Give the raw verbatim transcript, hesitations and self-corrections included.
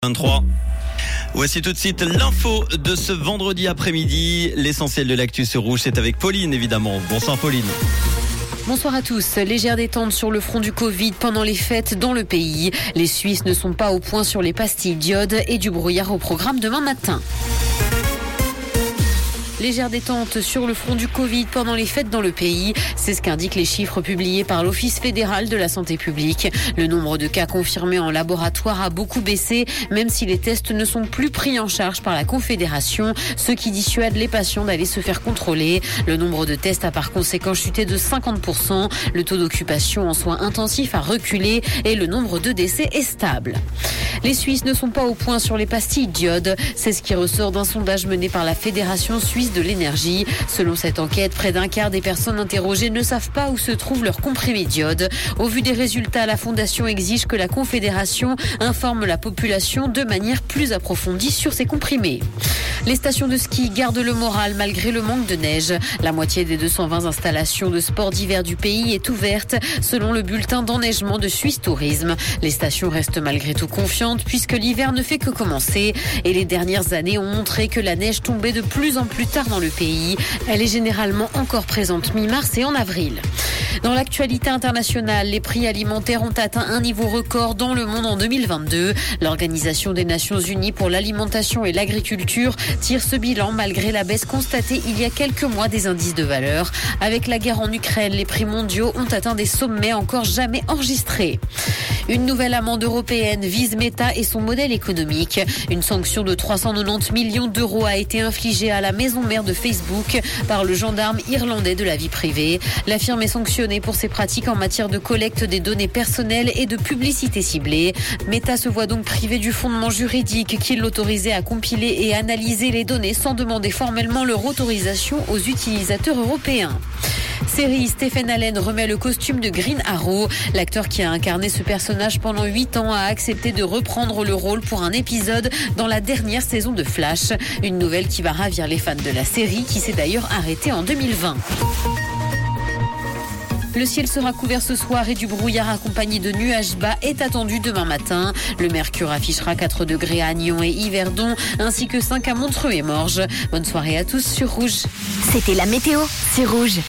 vingt-trois. Voici tout de suite l'info de ce vendredi après-midi. L'essentiel de l'actu sur Rouge, c'est avec Pauline évidemment. Bonsoir Pauline. Bonsoir à tous. Légère détente sur le front du Covid pendant les fêtes dans le pays. Les Suisses ne sont pas au point sur les pastilles d'iode et du brouillard au programme demain matin. Légère détente sur le front du Covid pendant les fêtes dans le pays. C'est ce qu'indiquent les chiffres publiés par l'Office fédéral de la santé publique. Le nombre de cas confirmés en laboratoire a beaucoup baissé, même si les tests ne sont plus pris en charge par la Confédération, ce qui dissuade les patients d'aller se faire contrôler. Le nombre de tests a par conséquent chuté de cinquante pour cent. Le taux d'occupation en soins intensifs a reculé et le nombre de décès est stable. Les Suisses ne sont pas au point sur les pastilles d'iode. C'est ce qui ressort d'un sondage mené par la Fédération suisse de l'énergie. Selon cette enquête, près d'un quart des personnes interrogées ne savent pas où se trouve leur comprimé d'iode. Au vu des résultats, la Fondation exige que la Confédération informe la population de manière plus approfondie sur ces comprimés. Les stations de ski gardent le moral malgré le manque de neige. La moitié des deux cent vingt installations de sport d'hiver du pays est ouverte, selon le bulletin d'enneigement de Suisse Tourisme. Les stations restent malgré tout confiantes puisque l'hiver ne fait que commencer et les dernières années ont montré que la neige tombait de plus en plus tard dans le pays. Elle est généralement encore présente mi-mars et en avril. Dans l'actualité internationale, les prix alimentaires ont atteint un niveau record dans le monde en deux mille vingt-deux. L'Organisation des Nations Unies pour l'alimentation et l'agriculture tire ce bilan malgré la baisse constatée il y a quelques mois des indices de valeur. Avec la guerre en Ukraine, les prix mondiaux ont atteint des sommets encore jamais enregistrés. Une nouvelle amende européenne vise Meta et son modèle économique. Une sanction de trois cent quatre-vingt-dix millions d'euros a été infligée à la maison mère de Facebook par le gendarme irlandais de la vie privée. La firme est sanctionnée pour ses pratiques en matière de collecte des données personnelles et de publicité ciblée. Meta se voit donc privé du fondement juridique qui l'autorisait à compiler et analyser les données sans demander formellement leur autorisation aux utilisateurs européens. Série, Stephen Allen remet le costume de Green Arrow. L'acteur qui a incarné ce personnage pendant huit ans a accepté de reprendre le rôle pour un épisode dans la dernière saison de Flash. Une nouvelle qui va ravir les fans de la série qui s'est d'ailleurs arrêtée en deux mille vingt. Le ciel sera couvert ce soir et du brouillard accompagné de nuages bas est attendu demain matin. Le mercure affichera quatre degrés à Nyon et Yverdon, ainsi que cinq à Montreux et Morges. Bonne soirée à tous sur Rouge. C'était la météo, c'est Rouge.